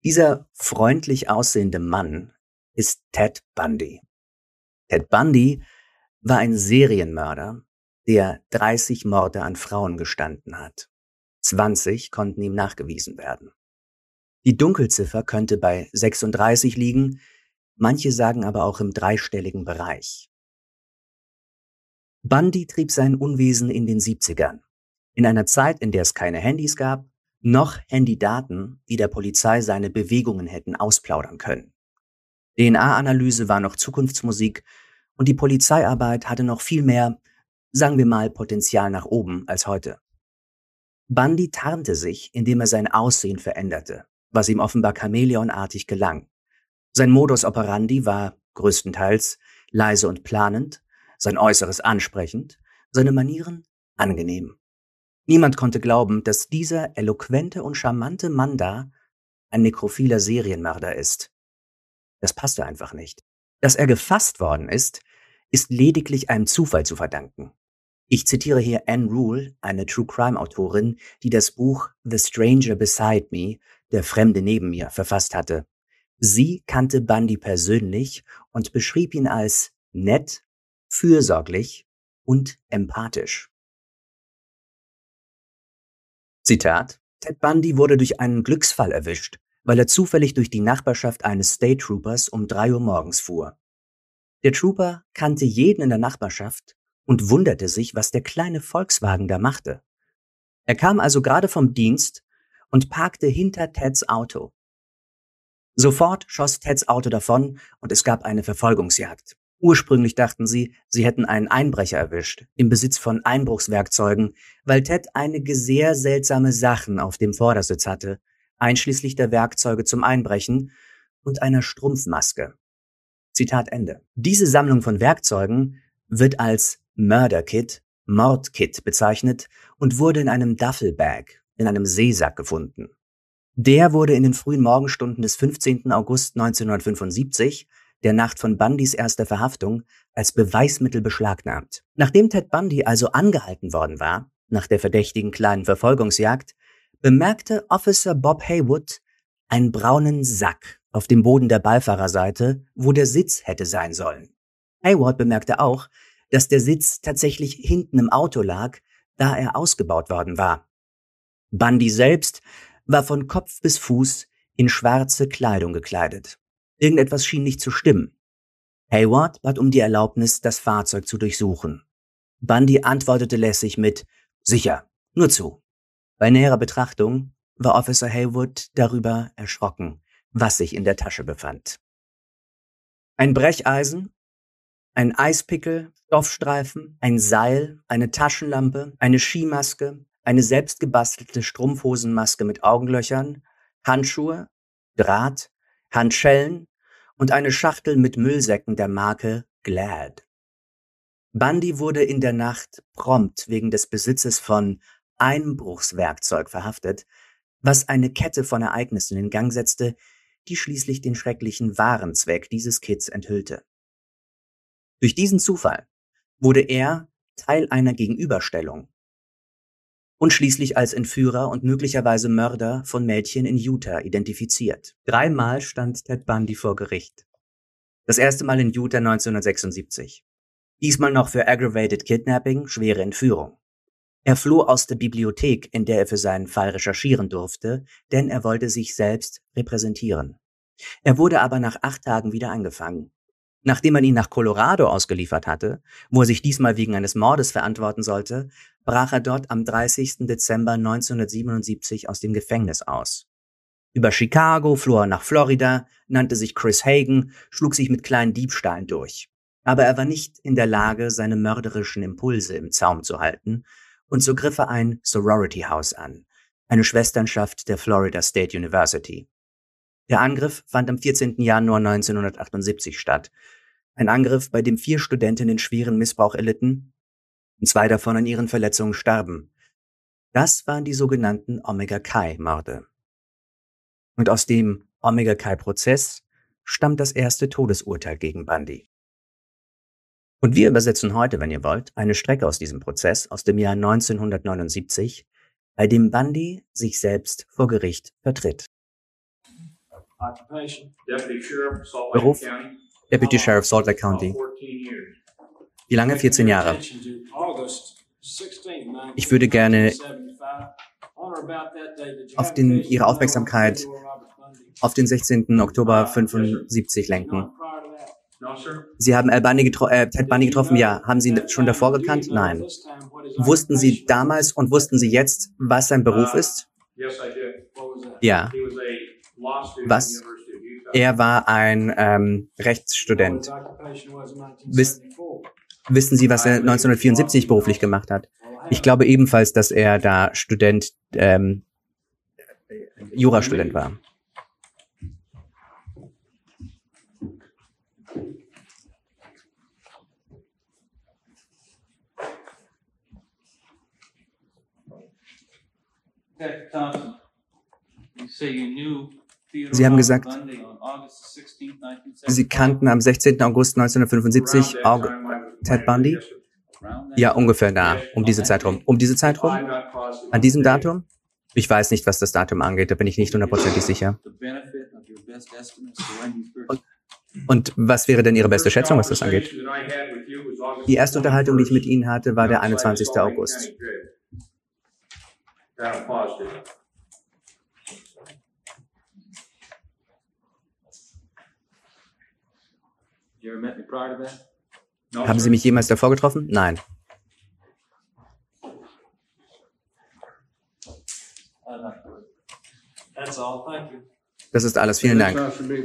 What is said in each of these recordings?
Dieser freundlich aussehende Mann ist Ted Bundy. Ted Bundy war ein Serienmörder, der 30 Morde an Frauen gestanden hat. 20 konnten ihm nachgewiesen werden. Die Dunkelziffer könnte bei 36 liegen, manche sagen aber auch im dreistelligen Bereich. Bundy trieb sein Unwesen in den 70ern, in einer Zeit, in der es keine Handys gab, noch Handydaten, die der Polizei seine Bewegungen hätten ausplaudern können. DNA-Analyse war noch Zukunftsmusik und die Polizeiarbeit hatte noch viel mehr, sagen wir mal, Potenzial nach oben als heute. Bundy tarnte sich, indem er sein Aussehen veränderte, was ihm offenbar chamäleonartig gelang. Sein Modus operandi war größtenteils leise und planend, sein Äußeres ansprechend, seine Manieren angenehm. Niemand konnte glauben, dass dieser eloquente und charmante Mann da ein nekrophiler Serienmörder ist. Das passte einfach nicht. Dass er gefasst worden ist lediglich einem Zufall zu verdanken. Ich zitiere hier Anne Rule, eine True-Crime-Autorin, die das Buch The Stranger Beside Me, der Fremde neben mir, verfasst hatte. Sie kannte Bundy persönlich und beschrieb ihn als nett, fürsorglich und empathisch. Zitat: Ted Bundy wurde durch einen Glücksfall erwischt, weil er zufällig durch die Nachbarschaft eines State Troopers um 3 Uhr morgens fuhr. Der Trooper kannte jeden in der Nachbarschaft und wunderte sich, was der kleine Volkswagen da machte. Er kam also gerade vom Dienst und parkte hinter Teds Auto. Sofort schoss Teds Auto davon und es gab eine Verfolgungsjagd. Ursprünglich dachten sie hätten einen Einbrecher erwischt, im Besitz von Einbruchswerkzeugen, weil Ted einige sehr seltsame Sachen auf dem Vordersitz hatte, einschließlich der Werkzeuge zum Einbrechen und einer Strumpfmaske. Zitat Ende. Diese Sammlung von Werkzeugen wird als Murder-Kit, Mordkit bezeichnet und wurde in einem Duffelbag, in einem Seesack gefunden. Der wurde in den frühen Morgenstunden des 15. August 1975, der Nacht von Bundys erster Verhaftung, als Beweismittel beschlagnahmt. Nachdem Ted Bundy also angehalten worden war, nach der verdächtigen kleinen Verfolgungsjagd, bemerkte Officer Bob Haywood einen braunen Sack auf dem Boden der Beifahrerseite, wo der Sitz hätte sein sollen. Haywood bemerkte auch, dass der Sitz tatsächlich hinten im Auto lag, da er ausgebaut worden war. Bundy selbst war von Kopf bis Fuß in schwarze Kleidung gekleidet. Irgendetwas schien nicht zu stimmen. Haywood bat um die Erlaubnis, das Fahrzeug zu durchsuchen. Bundy antwortete lässig mit »Sicher, nur zu«. Bei näherer Betrachtung war Officer Haywood darüber erschrocken, was sich in der Tasche befand. Ein Brecheisen, ein Eispickel, Stoffstreifen, ein Seil, eine Taschenlampe, eine Skimaske, eine selbstgebastelte Strumpfhosenmaske mit Augenlöchern, Handschuhe, Draht, Handschellen und eine Schachtel mit Müllsäcken der Marke Glad. Bundy wurde in der Nacht prompt wegen des Besitzes von Einbruchswerkzeug verhaftet, was eine Kette von Ereignissen in Gang setzte, die schließlich den schrecklichen wahren Zweck dieses Kits enthüllte. Durch diesen Zufall wurde er Teil einer Gegenüberstellung und schließlich als Entführer und möglicherweise Mörder von Mädchen in Utah identifiziert. 3-mal stand Ted Bundy vor Gericht. Das erste Mal in Utah 1976. Diesmal noch für Aggravated Kidnapping, schwere Entführung. Er floh aus der Bibliothek, in der er für seinen Fall recherchieren durfte, denn er wollte sich selbst repräsentieren. Er wurde aber nach 8 Tagen wieder eingefangen. Nachdem man ihn nach Colorado ausgeliefert hatte, wo er sich diesmal wegen eines Mordes verantworten sollte, brach er dort am 30. Dezember 1977 aus dem Gefängnis aus. Über Chicago floh er nach Florida, nannte sich Chris Hagen, schlug sich mit kleinen Diebstahlen durch. Aber er war nicht in der Lage, seine mörderischen Impulse im Zaum zu halten, und so griff er ein Sorority House an, eine Schwesternschaft der Florida State University. Der Angriff fand am 14. Januar 1978 statt. Ein Angriff, bei dem 4 Studentinnen schweren Missbrauch erlitten und 2 davon an ihren Verletzungen starben. Das waren die sogenannten Omega-Chi-Morde. Und aus dem Omega-Chi-Prozess stammt das erste Todesurteil gegen Bundy. Und wir übersetzen heute, wenn ihr wollt, eine Strecke aus diesem Prozess aus dem Jahr 1979, bei dem Bundy sich selbst vor Gericht vertritt. Beruf? Deputy Sheriff Salt Lake County. Wie lange? 14 Jahre. Ich würde gerne Ihre Aufmerksamkeit auf den 16. Oktober 75 lenken. Sie haben Ted Bundy getroffen? Ja. Haben Sie ihn schon davor gekannt? Nein. Wussten Sie damals und wussten Sie jetzt, was sein Beruf ist? Ja. Was? Er war ein Rechtsstudent. Wissen Sie, was er 1974 beruflich gemacht hat? Ich glaube ebenfalls, dass er da Jurastudent war. Sie haben gesagt, Sie kannten am 16. August 1975 Ted Bundy? Ja, ungefähr da, um diese Zeit rum. Um diese Zeit rum? An diesem Datum? Ich weiß nicht, was das Datum angeht, da bin ich nicht hundertprozentig sicher. Und was wäre denn Ihre beste Schätzung, was das angeht? Die erste Unterhaltung, die ich mit Ihnen hatte, war der 21. August. Haben Sie mich jemals davor getroffen? Nein. Das ist alles. Vielen Dank.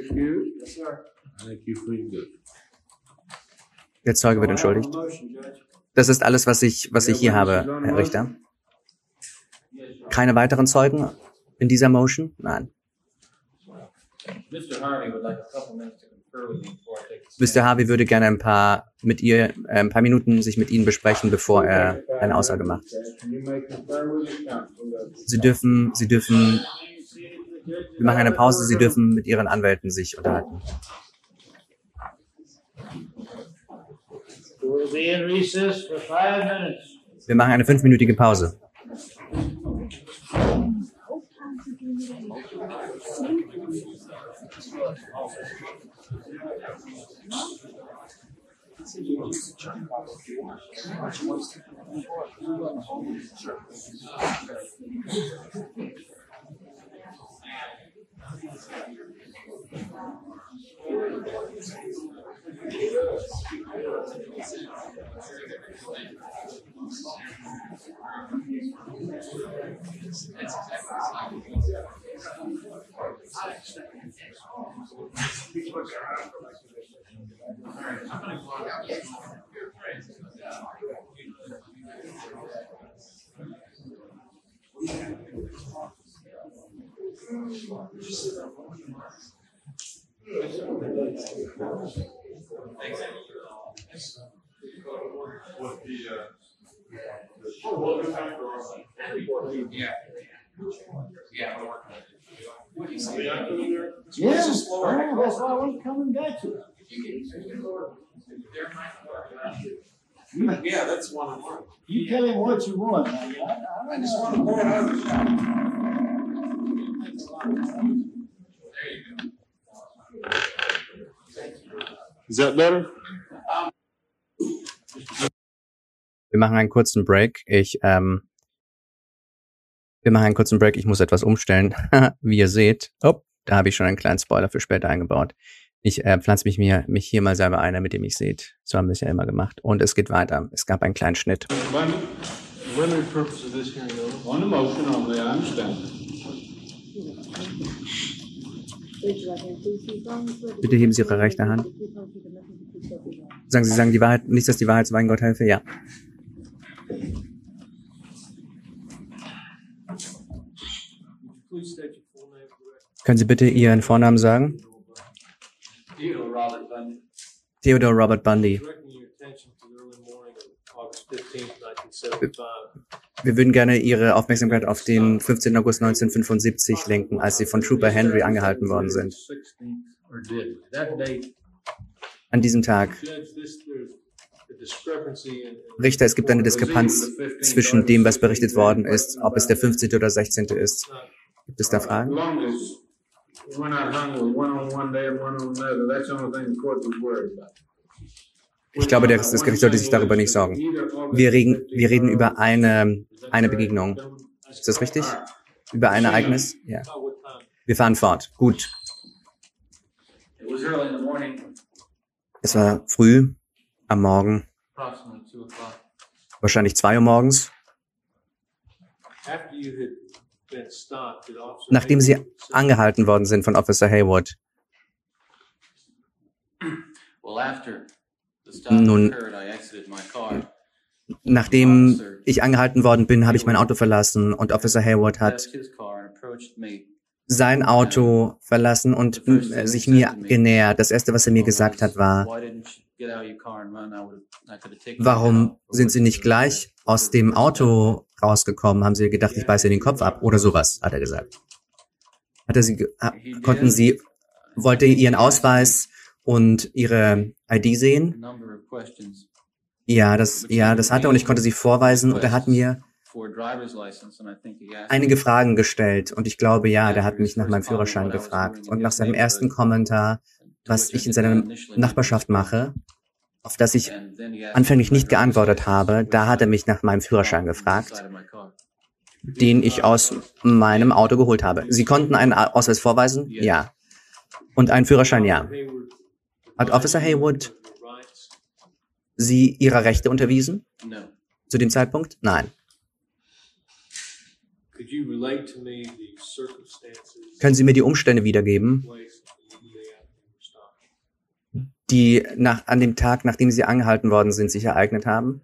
Der Zeuge wird entschuldigt. Das ist alles, was ich hier habe, Herr Richter. Keine weiteren Zeugen in dieser Motion? Nein. Mr. Harvey würde gerne ein paar Minuten sich mit Ihnen besprechen, bevor er eine Aussage macht. Wir machen eine Pause, Sie dürfen mit Ihren Anwälten sich unterhalten. Wir machen eine 5-minütige Pause. Yeah, that's one on one. You tell him what you want. I just want to pour it out. There you go. Is that better? Wir machen einen kurzen Break. Ich muss etwas umstellen. Wie ihr seht, da habe ich schon einen kleinen Spoiler für später eingebaut. Ich pflanze mich hier mal selber ein, damit ihr mich seht. So haben wir es ja immer gemacht. Und es geht weiter. Es gab einen kleinen Schnitt. Bitte heben Sie Ihre rechte Hand. Sie sagen die Wahrheit, nicht, dass die Wahrheit, so wahr Gott helfe? Ja. Können Sie bitte Ihren Vornamen sagen? Theodore Robert Bundy. Wir würden gerne Ihre Aufmerksamkeit auf den 15. August 1975 lenken, als Sie von Trooper Henry angehalten worden sind. An diesem Tag. Richter, es gibt eine Diskrepanz zwischen dem, was berichtet worden ist, ob es der 15. oder 16. ist. Gibt es da Fragen? We're not hung with one on one day and one on another. That's the only thing the court was worried about. Ich glaube, das Gericht sollte sich darüber nicht sorgen. Wir reden über eine Begegnung. Ist das richtig? Über ein Ereignis? Ja. Wir fahren fort. Gut. Es war früh am Morgen. Wahrscheinlich 2 Uhr morgens. Nachdem Sie angehalten worden sind von Officer Haywood. Nun, nachdem ich angehalten worden bin, habe ich mein Auto verlassen und Officer Haywood hat sein Auto verlassen und sich mir genähert. Das Erste, was er mir gesagt hat, war: Warum sind Sie nicht gleich aus dem Auto rausgekommen? Haben Sie gedacht, ich beiße den Kopf ab? Oder sowas, hat er gesagt. Wollte Ihren Ausweis und Ihre ID sehen? Ja, das hat er und ich konnte sie vorweisen und er hat mir einige Fragen gestellt und ich glaube, ja, der hat mich nach meinem Führerschein gefragt und nach seinem ersten Kommentar, was ich in seiner Nachbarschaft mache, auf das ich anfänglich nicht geantwortet habe, da hat er mich nach meinem Führerschein gefragt, den ich aus meinem Auto geholt habe. Sie konnten einen Ausweis vorweisen? Ja. Und einen Führerschein? Ja. Hat Officer Haywood Sie Ihrer Rechte unterwiesen? Zu dem Zeitpunkt? Nein. Können Sie mir die Umstände wiedergeben, die an dem Tag, nachdem Sie angehalten worden sind, sich ereignet haben?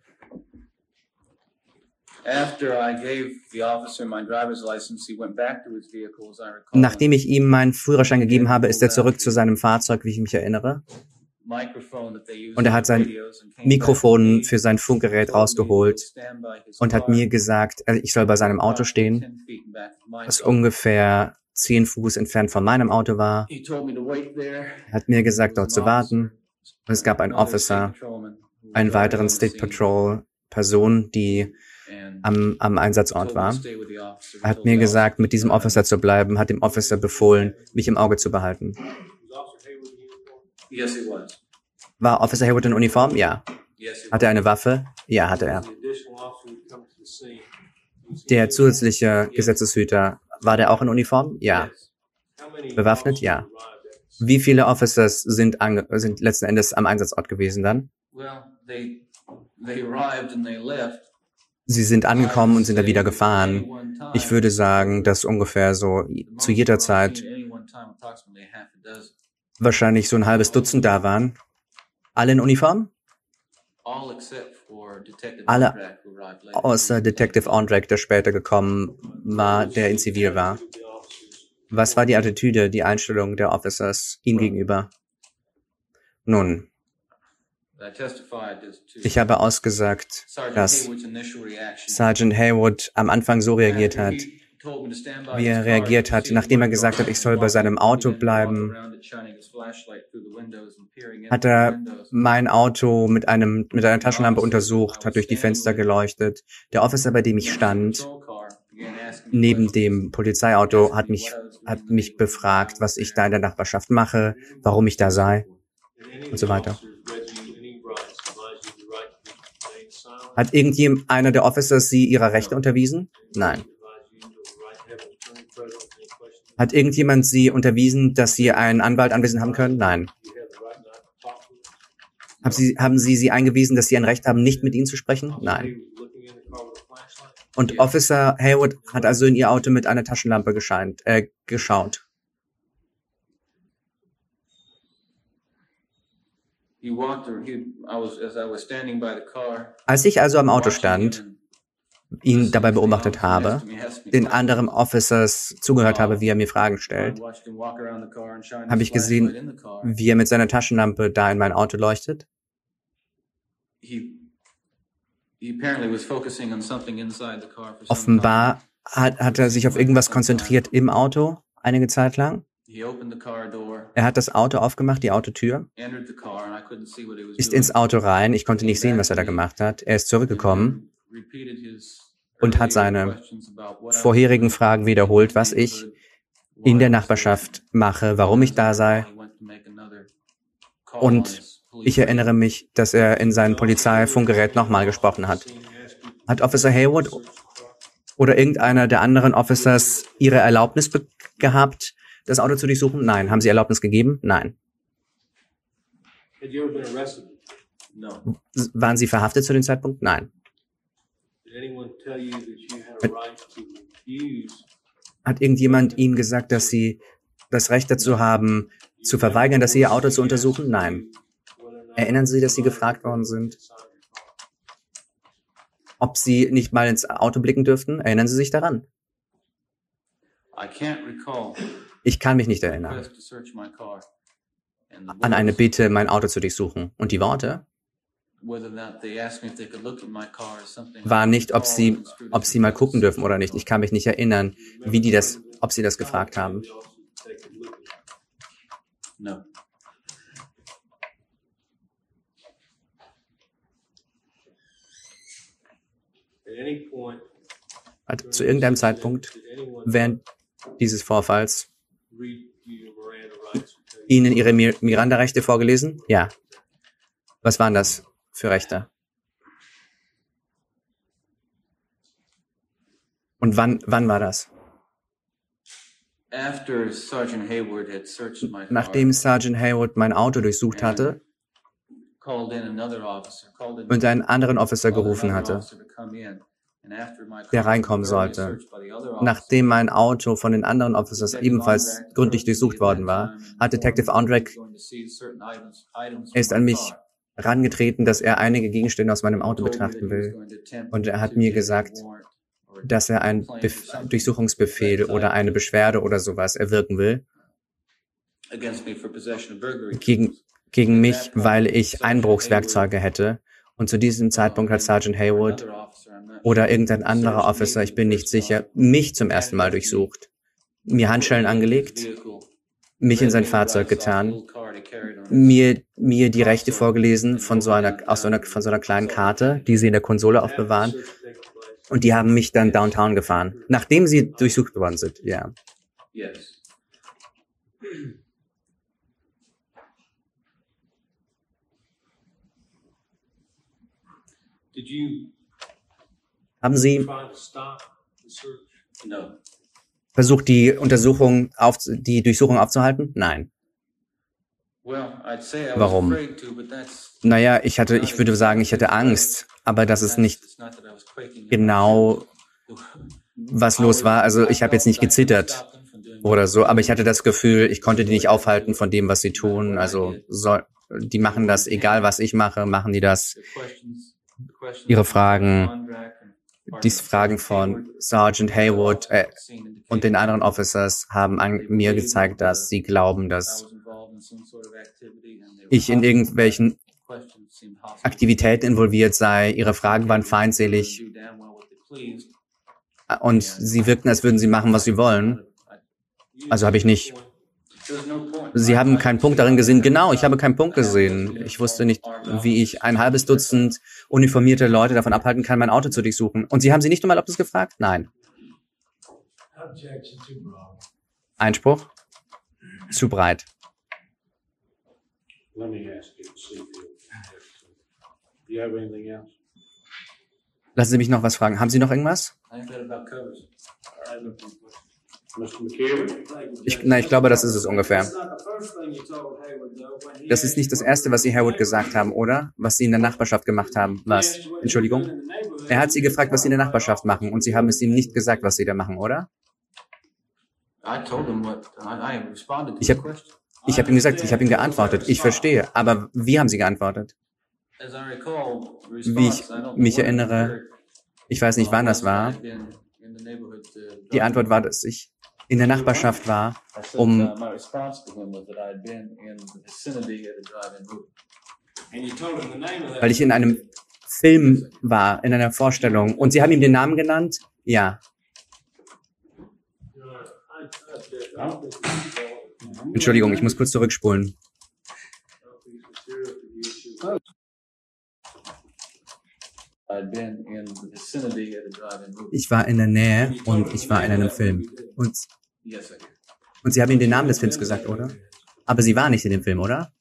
Nachdem ich ihm meinen Führerschein gegeben habe, ist er zurück zu seinem Fahrzeug, wie ich mich erinnere. Und er hat sein Mikrofon für sein Funkgerät rausgeholt und hat mir gesagt, ich soll bei seinem Auto stehen, das ungefähr 10 Fuß entfernt von meinem Auto war. Er hat mir gesagt, dort zu warten. Und es gab einen Officer, einen weiteren State Patrol Person, die am Einsatzort war. Er hat mir gesagt, mit diesem Officer zu bleiben, hat dem Officer befohlen, mich im Auge zu behalten. War Officer Haywood in Uniform? Ja. Hatte er eine Waffe? Ja, hatte er. Der zusätzliche Gesetzeshüter, war der auch in Uniform? Ja. Bewaffnet? Ja. Wie viele Officers sind letzten Endes am Einsatzort gewesen dann? Sie sind angekommen und sind dann wieder gefahren. Ich würde sagen, dass ungefähr so zu jeder Zeit wahrscheinlich so ein halbes Dutzend da waren. Alle in Uniform? Alle außer Detective Ondrak, der später gekommen war, der in Zivil war. Was war die Attitüde, die Einstellung der Officers ihm gegenüber? Nun, ich habe ausgesagt, dass Sergeant Haywood am Anfang so reagiert hat, wie er reagiert hat, nachdem er gesagt hat, ich soll bei seinem Auto bleiben, hat er mein Auto mit einer Taschenlampe untersucht, hat durch die Fenster geleuchtet. Der Officer, bei dem ich stand, neben dem Polizeiauto, hat mich befragt, was ich da in der Nachbarschaft mache, warum ich da sei und so weiter. Hat einer der Officers Sie Ihrer Rechte unterwiesen? Nein. Hat irgendjemand Sie unterwiesen, dass Sie einen Anwalt anwesend haben können? Nein. Haben Sie eingewiesen, dass Sie ein Recht haben, nicht mit Ihnen zu sprechen? Nein. Und Officer Haywood hat also in Ihr Auto mit einer Taschenlampe geschaut. Als ich also am Auto stand, ihn dabei beobachtet habe, den anderen Officers zugehört habe, wie er mir Fragen stellt, habe ich gesehen, wie er mit seiner Taschenlampe da in mein Auto leuchtet. Offenbar hat er sich auf irgendwas konzentriert im Auto einige Zeit lang. Er hat das Auto aufgemacht, die Autotür, ist ins Auto rein. Ich konnte nicht sehen, was er da gemacht hat. Er ist zurückgekommen und hat seine vorherigen Fragen wiederholt, was ich in der Nachbarschaft mache, warum ich da sei. Und ich erinnere mich, dass er in seinem Polizeifunkgerät nochmal gesprochen hat. Hat Officer Haywood oder irgendeiner der anderen Officers ihre Erlaubnis gehabt, das Auto zu durchsuchen? Nein. Haben sie Erlaubnis gegeben? Nein. Waren sie verhaftet zu dem Zeitpunkt? Nein. Hat irgendjemand Ihnen gesagt, dass Sie das Recht dazu haben, zu verweigern, dass Sie Ihr Auto zu untersuchen? Nein. Erinnern Sie, dass Sie gefragt worden sind, ob Sie nicht mal ins Auto blicken dürften? Erinnern Sie sich daran? Ich kann mich nicht erinnern an eine Bitte, mein Auto zu durchsuchen. Und die Worte waren nicht, ob Sie mal gucken dürfen oder nicht. Ich kann mich nicht erinnern, ob Sie das gefragt haben. Hat zu irgendeinem Zeitpunkt während dieses Vorfalls Ihnen Ihre Miranda-Rechte vorgelesen? Ja. Was waren das für Rechte? Und wann war das? Nachdem Sergeant Haywood mein Auto durchsucht hatte und einen anderen Officer gerufen hatte, der reinkommen sollte. Nachdem mein Auto von den anderen Officers ebenfalls gründlich durchsucht worden war, hat Detective Ondrek ist an mich herangetreten, dass er einige Gegenstände aus meinem Auto betrachten will. Und er hat mir gesagt, dass er einen Durchsuchungsbefehl oder eine Beschwerde oder sowas erwirken will gegen mich, weil ich Einbruchswerkzeuge hätte. Und zu diesem Zeitpunkt hat Sergeant Haywood oder irgendein anderer Officer, ich bin nicht sicher, mich zum ersten Mal durchsucht, mir Handschellen angelegt, mich in sein Fahrzeug getan, mir die Rechte vorgelesen von so einer kleinen Karte, die sie in der Konsole aufbewahren. Und die haben mich dann downtown gefahren, nachdem sie durchsucht worden sind, ja. Haben Sie versucht, die Durchsuchung aufzuhalten? Nein. Warum? Naja, ich würde sagen, ich hatte Angst, aber das ist nicht genau, was los war. Also ich habe jetzt nicht gezittert oder so, aber ich hatte das Gefühl, ich konnte die nicht aufhalten von dem, was sie tun. Also die machen das, egal was ich mache, machen die das. Ihre Fragen, die Fragen von Sergeant Haywood und den anderen Officers haben mir gezeigt, dass sie glauben, dass ich in irgendwelchen Aktivitäten involviert sei. Ihre Fragen waren feindselig und sie wirkten, als würden sie machen, was sie wollen. Also habe ich nicht. Sie haben keinen Punkt darin gesehen. Genau, ich habe keinen Punkt gesehen. Ich wusste nicht, wie ich ein halbes Dutzend uniformierte Leute davon abhalten kann, mein Auto zu durchsuchen. Und Sie haben sie nicht um Erlaubnis gefragt? Nein. Einspruch? Zu breit. Lassen Sie mich noch was fragen. Haben Sie noch irgendwas? Ich glaube, das ist es ungefähr. Das ist nicht das Erste, was Sie Haywood gesagt haben, oder? Was Sie in der Nachbarschaft gemacht haben. Was? Entschuldigung? Er hat Sie gefragt, was Sie in der Nachbarschaft machen, und Sie haben es ihm nicht gesagt, was Sie da machen, oder? Ich habe ihm gesagt, ich habe ihm geantwortet. Ich verstehe. Aber wie haben Sie geantwortet? Wie ich mich erinnere, ich weiß nicht, wann das war. Die Antwort war, dass ich in der Nachbarschaft war, weil ich in einem Film war, in einer Vorstellung. Und Sie haben ihm den Namen genannt? Ja. Entschuldigung, ich muss kurz zurückspulen. Ich war in der Nähe und ich war in einem Film. Und Und Sie haben ihm den Namen des Films gesagt, oder? Aber Sie waren nicht in dem Film, oder?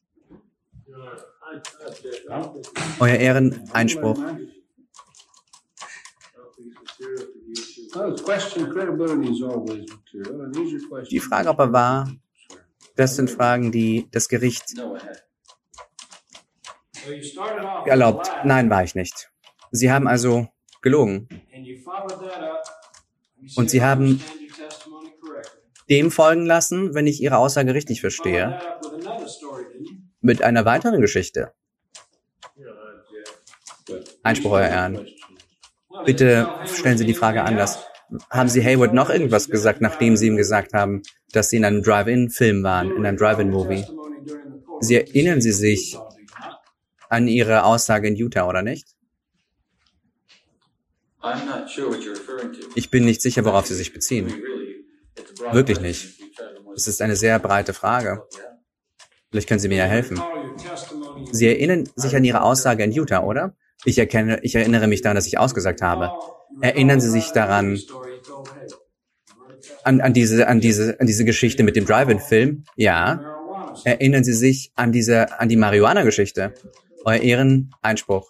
Euer Ehren, Einspruch. Die Frage, ob er war, das sind Fragen, die das Gericht erlaubt. Nein, war ich nicht. Sie haben also gelogen. Und Sie haben dem folgen lassen, wenn ich Ihre Aussage richtig verstehe, mit einer weiteren Geschichte. Einspruch, Euer Ehren. Bitte stellen Sie die Frage anders. Haben Sie Haywood noch irgendwas gesagt, nachdem Sie ihm gesagt haben, dass Sie in einem Drive-In-Film waren, in einem Drive-In-Movie? Sie erinnern Sie sich an Ihre Aussage in Utah, oder nicht? Ich bin nicht sicher, worauf Sie sich beziehen. Wirklich nicht. Es ist eine sehr breite Frage. Vielleicht können Sie mir ja helfen. Sie erinnern sich an Ihre Aussage in Utah, oder? Ich erinnere mich daran, dass ich ausgesagt habe. Erinnern Sie sich daran, an diese Geschichte mit dem Drive-In-Film? Ja. Erinnern Sie sich an die Marihuana-Geschichte? Euer Ehren, Einspruch.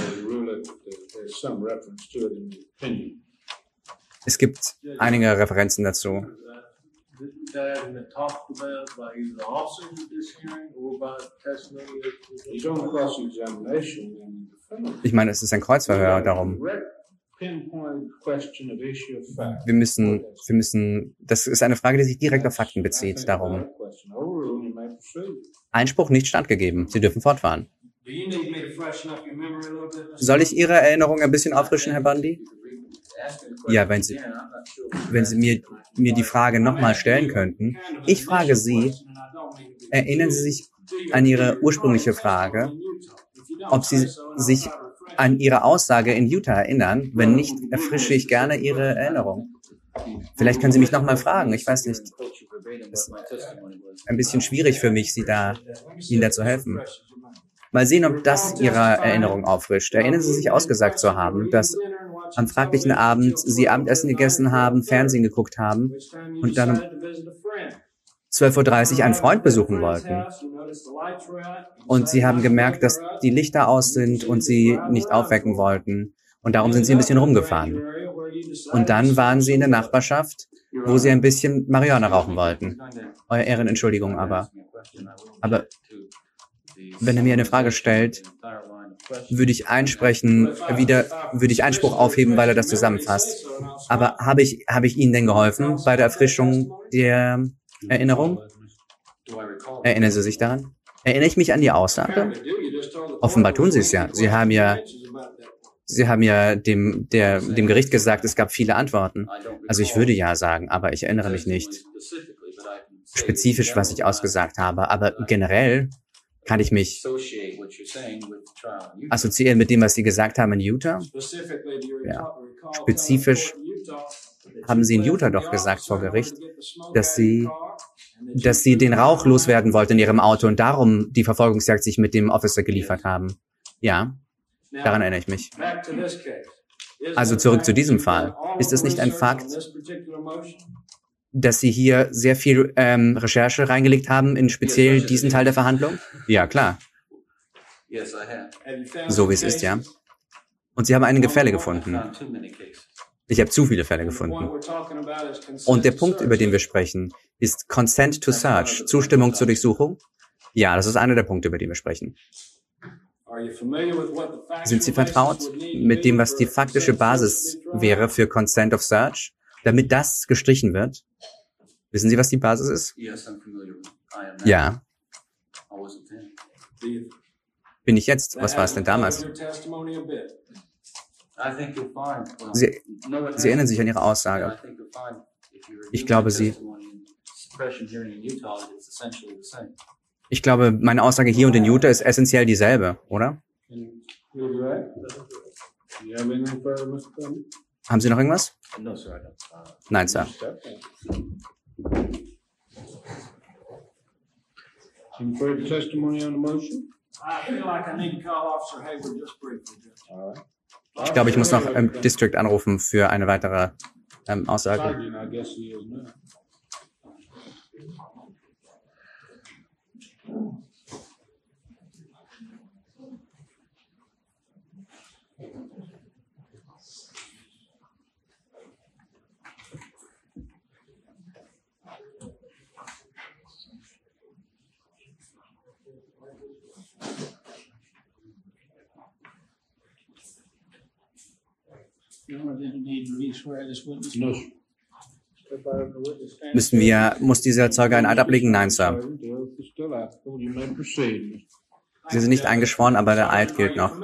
Es gibt einige Referenzen dazu. Ich meine, es ist ein Kreuzverhör, darum. Wir müssen, das ist eine Frage, die sich direkt auf Fakten bezieht, darum. Einspruch nicht standgegeben. Sie dürfen fortfahren. Soll ich Ihre Erinnerung ein bisschen auffrischen, Herr Bundy? Ja, wenn Sie mir die Frage nochmal stellen könnten. Ich frage Sie, erinnern Sie sich an Ihre ursprüngliche Frage, ob Sie sich an Ihre Aussage in Utah erinnern? Wenn nicht, erfrische ich gerne Ihre Erinnerung. Vielleicht können Sie mich nochmal fragen, ich weiß nicht. Es ist ein bisschen schwierig für mich, Ihnen da zu helfen. Mal sehen, ob das Ihre Erinnerung auffrischt. Erinnern Sie sich ausgesagt zu haben, dass am fraglichen Abend Sie Abendessen gegessen haben, Fernsehen geguckt haben und dann um 12:30 Uhr einen Freund besuchen wollten. Und Sie haben gemerkt, dass die Lichter aus sind und Sie nicht aufwecken wollten. Und darum sind Sie ein bisschen rumgefahren. Und dann waren Sie in der Nachbarschaft, wo Sie ein bisschen Marihuana rauchen wollten. Euer Ehren, Entschuldigung, aber wenn er mir eine Frage stellt, würde ich Einspruch aufheben, weil er das zusammenfasst. Aber habe ich Ihnen denn geholfen bei der Erfrischung der Erinnerung? Erinnern Sie sich daran? Erinnere ich mich an die Aussage? Offenbar tun Sie es ja. Sie haben ja dem Gericht gesagt, es gab viele Antworten. Also ich würde ja sagen, aber ich erinnere mich nicht spezifisch, was ich ausgesagt habe. Aber generell kann ich mich assoziieren mit dem, was Sie gesagt haben in Utah? Ja. Spezifisch haben Sie in Utah doch gesagt vor Gericht, dass Sie den Rauch loswerden wollten in Ihrem Auto und darum die Verfolgungsjagd sich mit dem Officer geliefert haben. Ja, daran erinnere ich mich. Also zurück zu diesem Fall. Ist es nicht ein Fakt, dass Sie hier sehr viel Recherche reingelegt haben in speziell diesen Teil der Verhandlung? Ja, klar. So wie es ist, ja. Und Sie haben einige Fälle gefunden. Ich habe zu viele Fälle gefunden. Und der Punkt, über den wir sprechen, ist Consent to Search, Zustimmung zur Durchsuchung. Ja, das ist einer der Punkte, über die wir sprechen. Sind Sie vertraut mit dem, was die faktische Basis wäre für Consent of Search, damit das gestrichen wird? Wissen Sie, was die Basis ist? Ja. Bin ich jetzt? Was war es denn damals? Sie erinnern sich an Ihre Aussage. Ich glaube, meine Aussage hier und in Utah ist essentiell dieselbe, oder? Haben Sie noch irgendwas? Nein, Sir. Further testimony on the motion? I feel like I need to call Officer Hayward just briefly. All right. Ich glaube, ich muss noch District anrufen für eine weitere Aussage. Muss dieser Zeuge ein Eid ablegen? Nein, Sir. Sie sind nicht eingeschworen, aber der Eid gilt noch.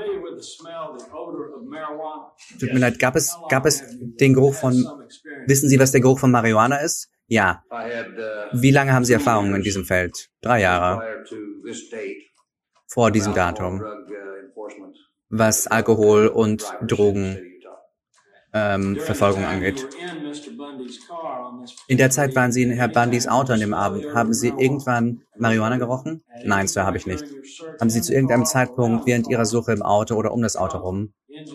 Tut mir leid, gab es den Geruch von... Wissen Sie, was der Geruch von Marihuana ist? Ja. Wie lange haben Sie Erfahrung in diesem Feld? 3 Jahre. Vor diesem Datum. Was Alkohol und Drogenverfolgung angeht. In der Zeit waren Sie in Herr Bundys Auto an dem Abend. Haben Sie irgendwann Marihuana gerochen? Nein, Sir, habe ich nicht. Haben Sie zu irgendeinem Zeitpunkt während Ihrer Suche im Auto oder um das Auto rum,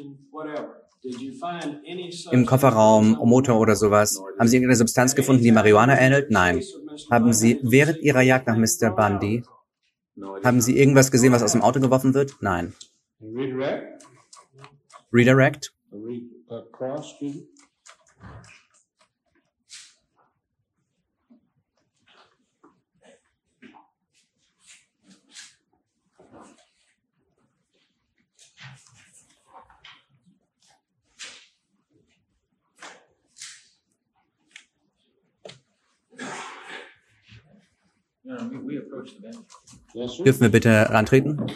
im Kofferraum, im Motor oder sowas, haben Sie irgendeine Substanz gefunden, die Marihuana ähnelt? Nein. Haben Sie während Ihrer Jagd nach Mr. Bundy, haben Sie irgendwas gesehen, was aus dem Auto geworfen wird? Nein. Redirect? Dürfen wir bitte rantreten?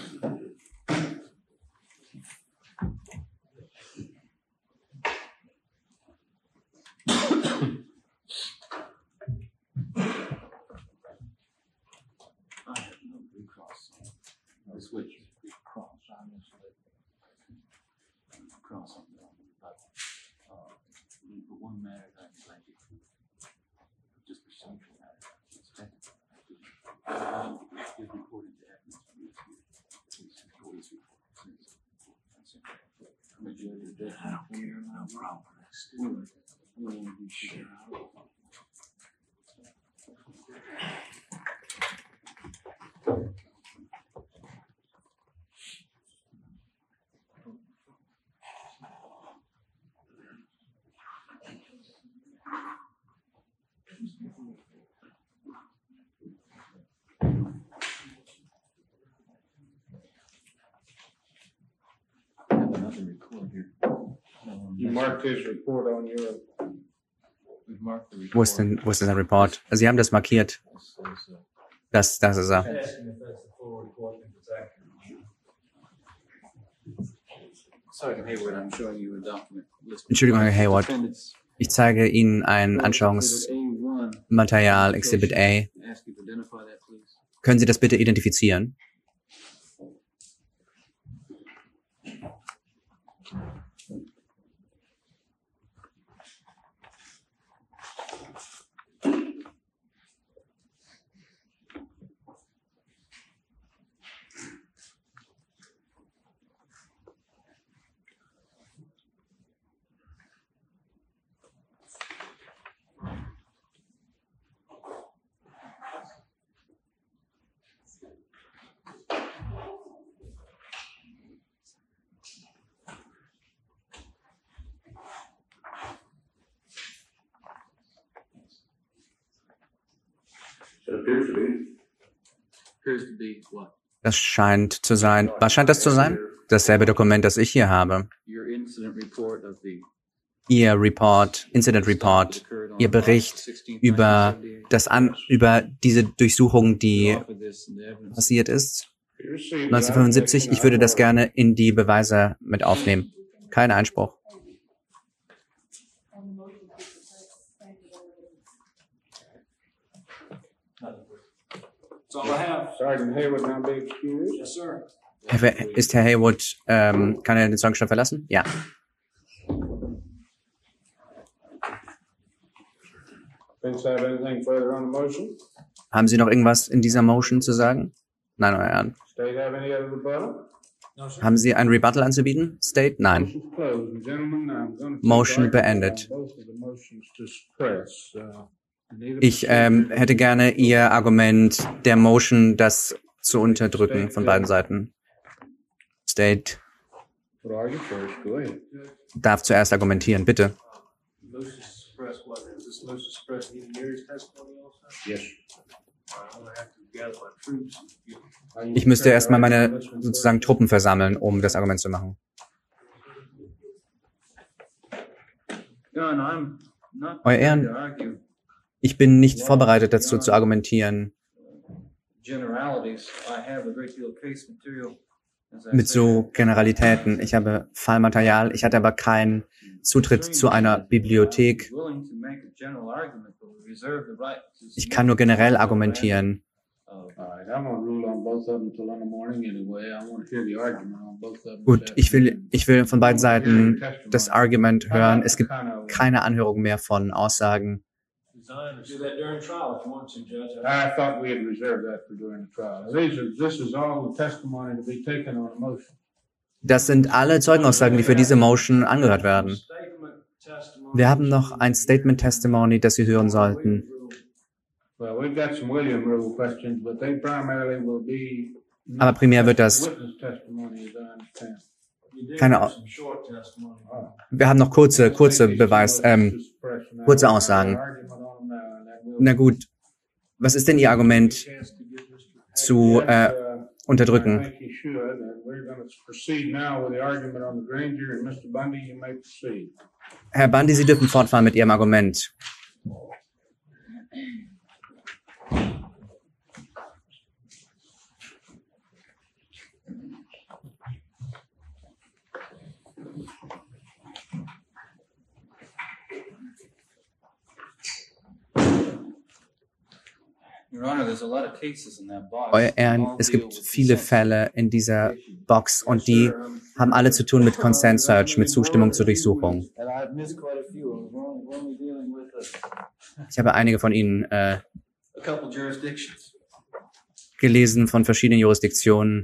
Wo ist denn sein Report? Sie haben das markiert. Das ist er. Entschuldigung, Herr Hayward. Ich zeige Ihnen ein Anschauungsmaterial, Exhibit A. Können Sie das bitte identifizieren? Das scheint zu sein. Was scheint das zu sein? Dasselbe Dokument, das ich hier habe. Ihr Incident Report, Ihr Bericht über diese Durchsuchung, die passiert ist. 1975. Ich würde das gerne in die Beweise mit aufnehmen. Kein Einspruch. Ist Herr Haywood, kann er den Zeugenstand verlassen? Ja. Haben Sie noch irgendwas in dieser Motion zu sagen? Nein, euer Ehren. Haben Sie ein Rebuttal anzubieten? State? Nein. Motion beendet. Ich hätte gerne Ihr Argument der Motion, das zu unterdrücken von beiden Seiten. State darf zuerst argumentieren, bitte. Ich müsste erstmal meine sozusagen Truppen versammeln, um das Argument zu machen. Euer Ehren, ich bin nicht vorbereitet dazu zu argumentieren. Mit so Generalitäten. Ich habe Fallmaterial, ich hatte aber keinen Zutritt zu einer Bibliothek. Ich kann nur generell argumentieren. Gut, ich will von beiden Seiten das Argument hören. Es gibt keine Anhörung mehr von Aussagen. Das sind alle Zeugenaussagen, die für diese Motion angehört werden. Wir haben noch ein Statement Testimony, das Sie hören sollten. Aber primär wird das wir haben noch kurze Aussagen. Na gut, was ist denn Ihr Argument zu unterdrücken? Herr Bundy, Sie dürfen fortfahren mit Ihrem Argument. Euer Ehren, es gibt viele Fälle in dieser Box und die haben alle zu tun mit Consent Search, mit Zustimmung zur Durchsuchung. Ich habe einige von Ihnen gelesen von verschiedenen Jurisdiktionen.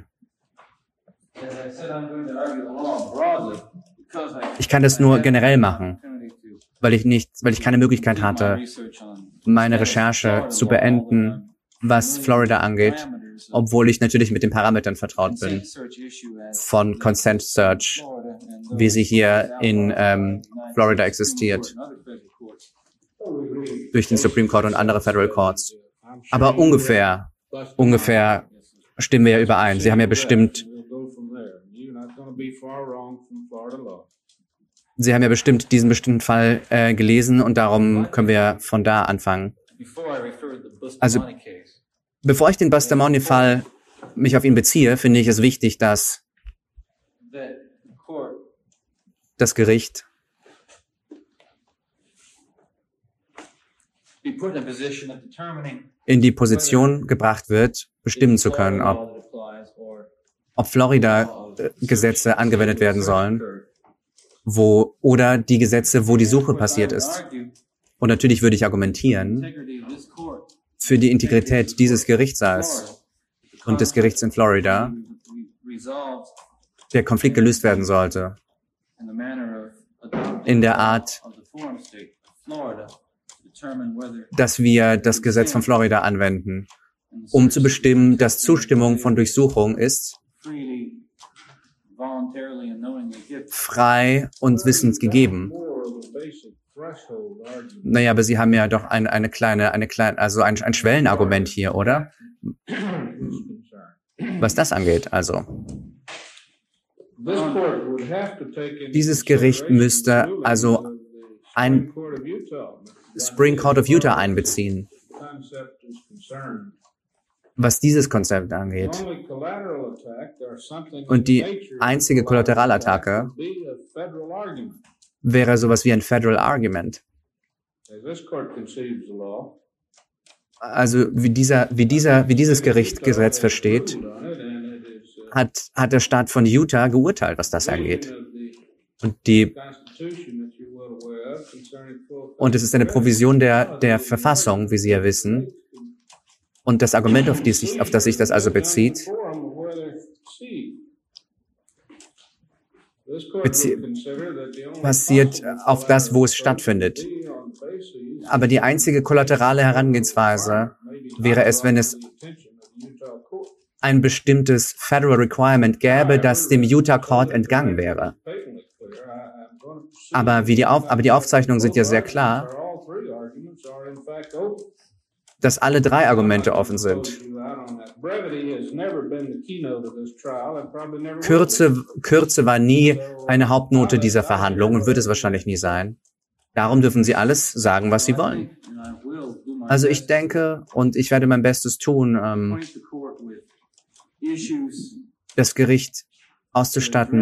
Ich kann das nur generell machen, weil ich keine Möglichkeit hatte, meine Recherche zu beenden, was Florida angeht, obwohl ich natürlich mit den Parametern vertraut bin von Consent Search, wie sie hier in Florida existiert, durch den Supreme Court und andere Federal Courts. Aber ungefähr stimmen wir ja überein. Sie haben ja bestimmt diesen bestimmten Fall gelesen und darum können wir von da anfangen. Also, bevor ich den Bustamante-Fall mich auf ihn beziehe, finde ich es wichtig, dass das Gericht in die Position gebracht wird, bestimmen zu können, ob Florida-Gesetze angewendet werden sollen, oder die Gesetze, wo die Suche passiert ist. Und natürlich würde ich argumentieren für die Integrität dieses Gerichtssaals und des Gerichts in Florida, der Konflikt gelöst werden sollte, in der Art, dass wir das Gesetz von Florida anwenden, um zu bestimmen, dass Zustimmung von Durchsuchung ist, frei und wissend gegeben. Naja, aber Sie haben ja doch ein Schwellenargument hier, oder? Was das angeht, also. Dieses Gericht müsste also ein Supreme Court of Utah einbeziehen, was dieses Konzept angeht. Und die einzige Kollateralattacke wäre sowas wie ein Federal Argument. Also wie dieses Gericht Gesetz versteht, hat der Staat von Utah geurteilt, was das angeht. Und es ist eine Provision der Verfassung, wie Sie ja wissen. Und das Argument, auf das sich das also bezieht, basiert auf das, wo es stattfindet. Aber die einzige kollaterale Herangehensweise wäre es, wenn es ein bestimmtes Federal Requirement gäbe, das dem Utah Court entgangen wäre. Aber die Aufzeichnungen sind ja sehr klar, dass alle drei Argumente offen sind. Kürze war nie eine Hauptnote dieser Verhandlungen und wird es wahrscheinlich nie sein. Darum dürfen Sie alles sagen, was Sie wollen. Also ich denke, und ich werde mein Bestes tun, das Gericht auszustatten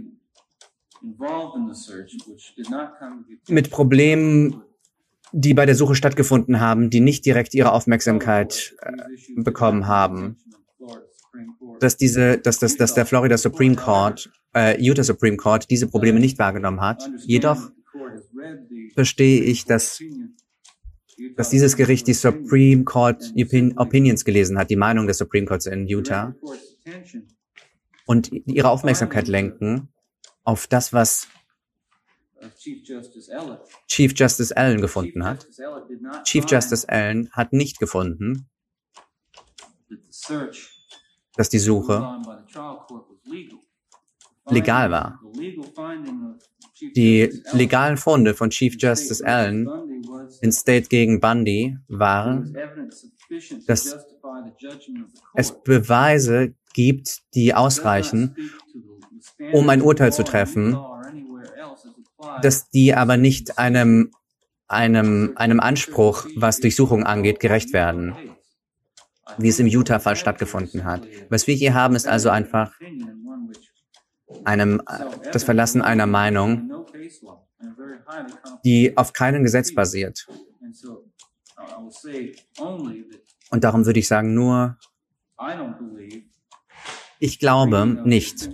mit Problemen, die bei der Suche stattgefunden haben, die nicht direkt ihre Aufmerksamkeit bekommen haben. Dass der Florida Supreme Court, Utah Supreme Court diese Probleme nicht wahrgenommen hat. Jedoch verstehe ich, dass dieses Gericht die Supreme Court Opinions gelesen hat, die Meinung des Supreme Courts in Utah, und ihre Aufmerksamkeit lenken auf das, was Chief Justice Allen gefunden hat. Chief Justice Allen hat nicht gefunden, dass die Suche legal war. Die legalen Funde von Chief Justice Allen in State gegen Bundy waren, dass es Beweise gibt, die ausreichen, um ein Urteil zu treffen, dass die aber nicht einem Anspruch, was Durchsuchung angeht, gerecht werden, wie es im Utah-Fall stattgefunden hat. Was wir hier haben, ist also einfach das Verlassen einer Meinung, die auf keinem Gesetz basiert. Und darum würde ich sagen, nur, ich glaube nicht,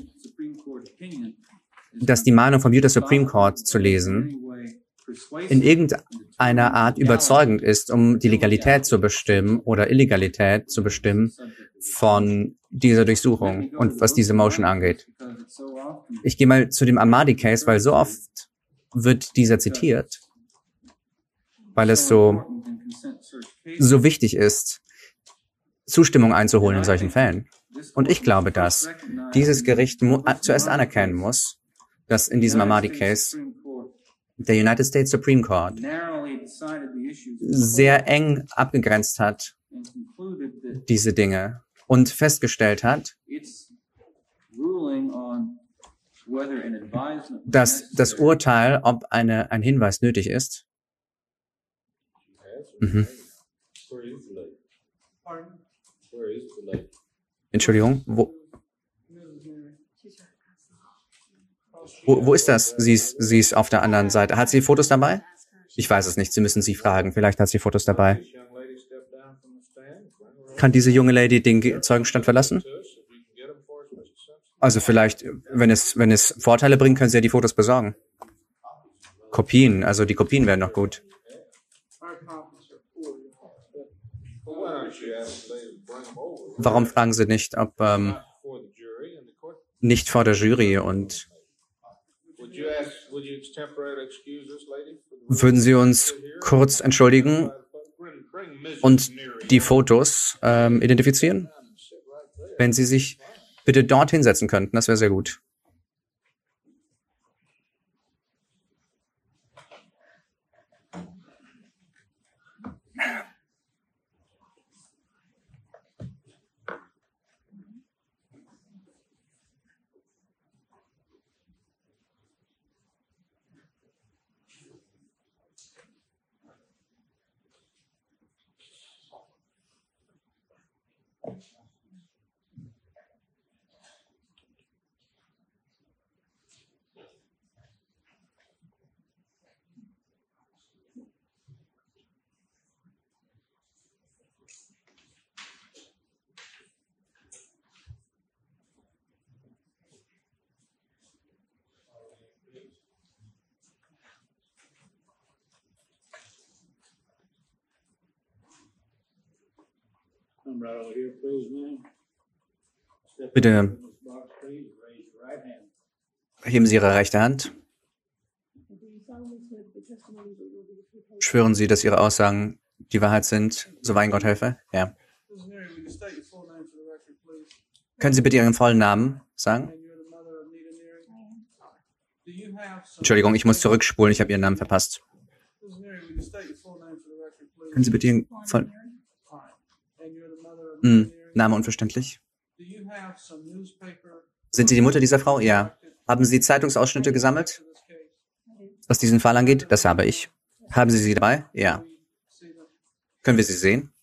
dass die Meinung vom Utah Supreme Court zu lesen in irgendeiner Art überzeugend ist, um die Legalität zu bestimmen oder Illegalität zu bestimmen von dieser Durchsuchung und was diese Motion angeht. Ich gehe mal zu dem Ahmadi-Case, weil so oft wird dieser zitiert, weil es so wichtig ist, Zustimmung einzuholen in solchen Fällen. Und ich glaube, dass dieses Gericht zuerst anerkennen muss, dass in diesem Ahmadi-Case der United States Supreme Court sehr eng abgegrenzt hat, diese Dinge, und festgestellt hat, dass das Urteil, ob ein Hinweis nötig ist, Entschuldigung, wo ist das? Sie ist auf der anderen Seite. Hat sie Fotos dabei? Ich weiß es nicht, Sie müssen sie fragen. Vielleicht hat sie Fotos dabei. Kann diese junge Lady den Zeugenstand verlassen? Also vielleicht, wenn es Vorteile bringt, können Sie ja die Fotos besorgen. Kopien, also die Kopien wären noch gut. Warum fragen Sie nicht, ob nicht vor der Jury, und würden Sie uns kurz entschuldigen und die Fotos identifizieren? Wenn Sie sich bitte dort hinsetzen könnten, das wäre sehr gut. Bitte Heben Sie Ihre rechte Hand. Schwören Sie, dass Ihre Aussagen die Wahrheit sind, so wahr Ihnen Gott helfe? Ja. Können Sie bitte Ihren vollen Namen sagen? Entschuldigung, ich muss zurückspulen, ich habe Ihren Namen verpasst. Können Sie bitte Ihren vollen... Name unverständlich. Sind Sie die Mutter dieser Frau? Ja. Haben Sie Zeitungsausschnitte gesammelt? Was diesen Fall angeht? Das habe ich. Haben Sie sie dabei? Ja. Können wir sie sehen?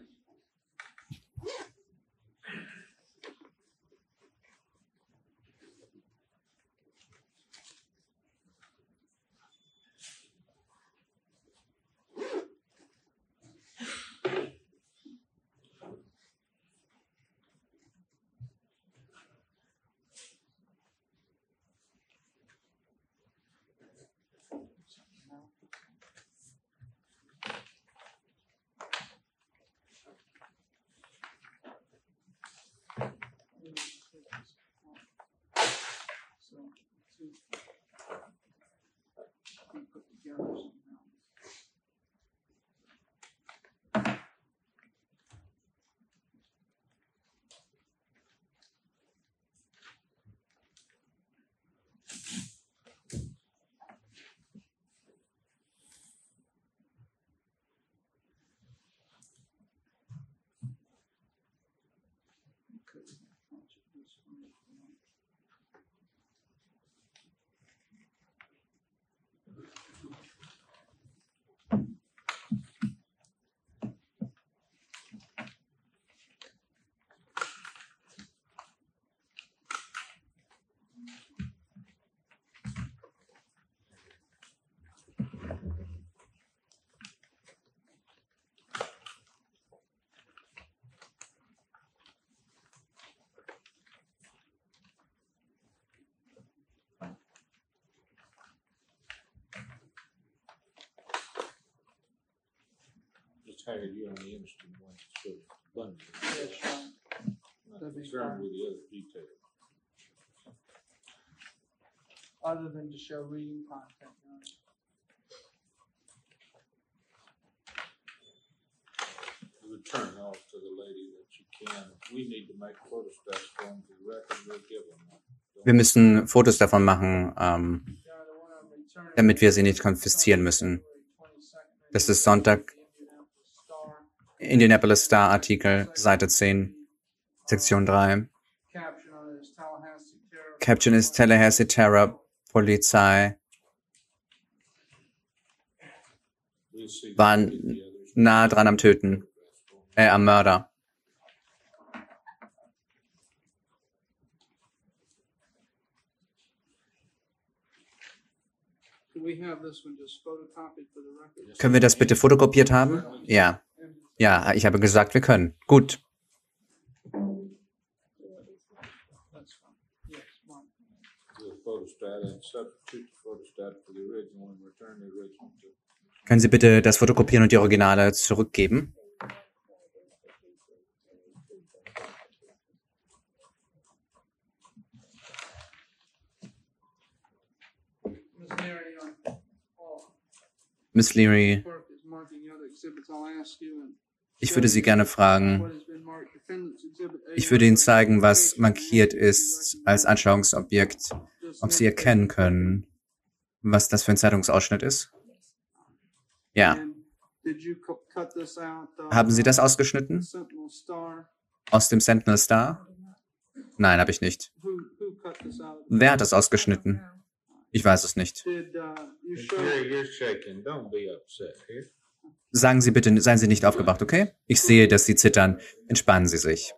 Hired you on the instrument one, so bundle. Yes, Sean. Not concerned with the other details. Other than to show reading content. Return off to the lady that you can. We need to make photostats for them to the record. We'll give them. Wir müssen Fotos davon machen, damit wir sie nicht konfiszieren müssen. Das ist Sonntag. Indianapolis Star Artikel, Seite 10, Sektion 3. Caption ist Tallahassee Terror, Polizei waren nahe dran am Töten, am Mörder. Können wir das bitte fotokopiert haben? Ja. Ja, ich habe gesagt, wir können. Gut. Können Sie bitte das fotokopieren und die Originale zurückgeben? Miss Leary, ich würde Sie gerne fragen, ich würde Ihnen zeigen, was markiert ist als Anschauungsobjekt, ob Sie erkennen können, was das für ein Zeitungsausschnitt ist. Ja. Haben Sie das ausgeschnitten? Aus dem Sentinel Star? Nein, habe ich nicht. Wer hat das ausgeschnitten? Ich weiß es nicht. Sagen Sie bitte, seien Sie nicht aufgebracht, okay? Ich sehe, dass Sie zittern. Entspannen Sie sich.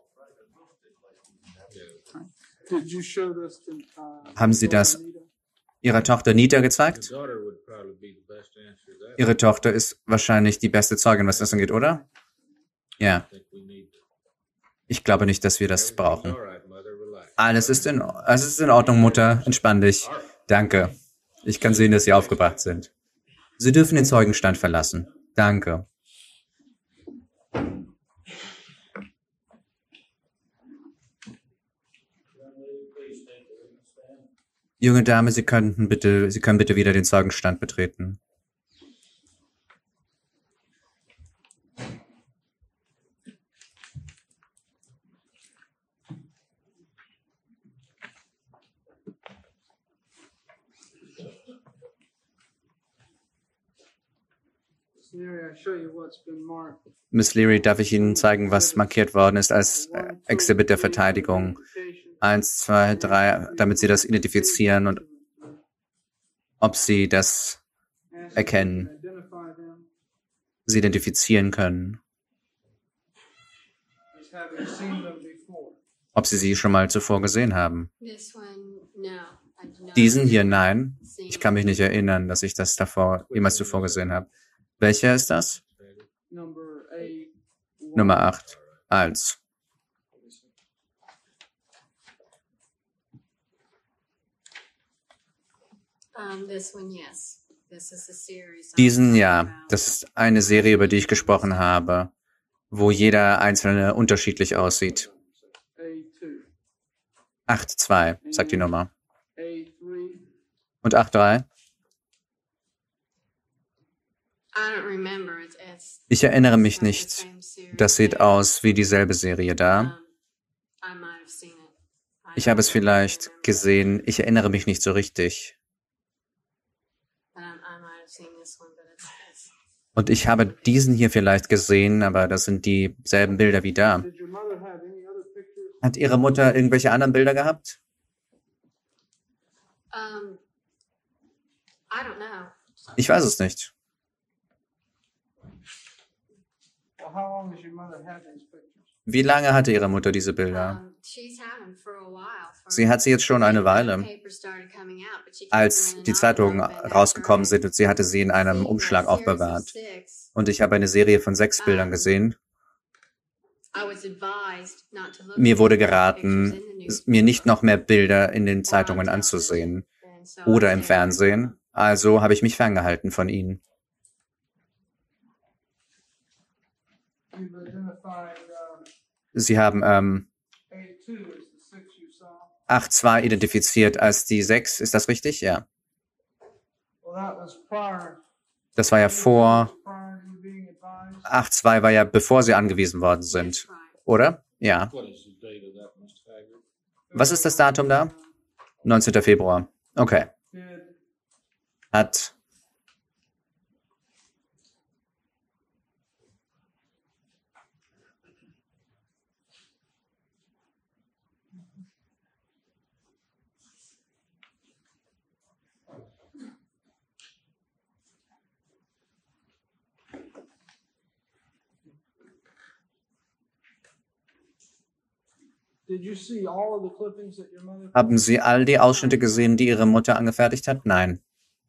Haben Sie das Ihrer Tochter Nita gezeigt? Ihre Tochter ist wahrscheinlich die beste Zeugin, was das angeht, oder? Ja. Ich glaube nicht, dass wir das brauchen. Alles ist in Ordnung, Mutter. Entspann dich. Danke. Ich kann sehen, dass Sie aufgebracht sind. Sie dürfen den Zeugenstand verlassen. Danke. Junge Dame, Sie können bitte wieder den Zeugenstand betreten. Miss Leary, darf ich Ihnen zeigen, was markiert worden ist als Exhibit der Verteidigung? 1, 2, 3, damit Sie das identifizieren und ob Sie das erkennen, Sie identifizieren können. Ob Sie sie schon mal zuvor gesehen haben. Diesen hier, nein. Ich kann mich nicht erinnern, dass ich das jemals zuvor gesehen habe. Welcher ist das? Nummer 8. 1. Diesen, ja. Das ist eine Serie, über die ich gesprochen habe, wo jeder einzelne unterschiedlich aussieht. 8.2, sagt die Nummer. Und 8.3? Ich erinnere mich nicht. Das sieht aus wie dieselbe Serie da. Ich habe es vielleicht gesehen. Ich erinnere mich nicht so richtig. Und ich habe diesen hier vielleicht gesehen, aber das sind dieselben Bilder wie da. Hat Ihre Mutter irgendwelche anderen Bilder gehabt? Ich weiß es nicht. Wie lange hatte Ihre Mutter diese Bilder? Sie hat sie jetzt schon eine Weile. Als die Zeitungen rausgekommen sind und sie hatte sie in einem Umschlag aufbewahrt. Und ich habe eine Serie von 6 Bildern gesehen. Mir wurde geraten, mir nicht noch mehr Bilder in den Zeitungen anzusehen oder im Fernsehen. Also habe ich mich ferngehalten von ihnen. Sie haben 8.2 identifiziert als die 6. Ist das richtig? Ja. Das war ja vor. 8.2 war ja bevor Sie angewiesen worden sind. Oder? Ja. Was ist das Datum da? 19. Februar. Okay. Haben Sie all die Ausschnitte gesehen, die Ihre Mutter angefertigt hat? Nein.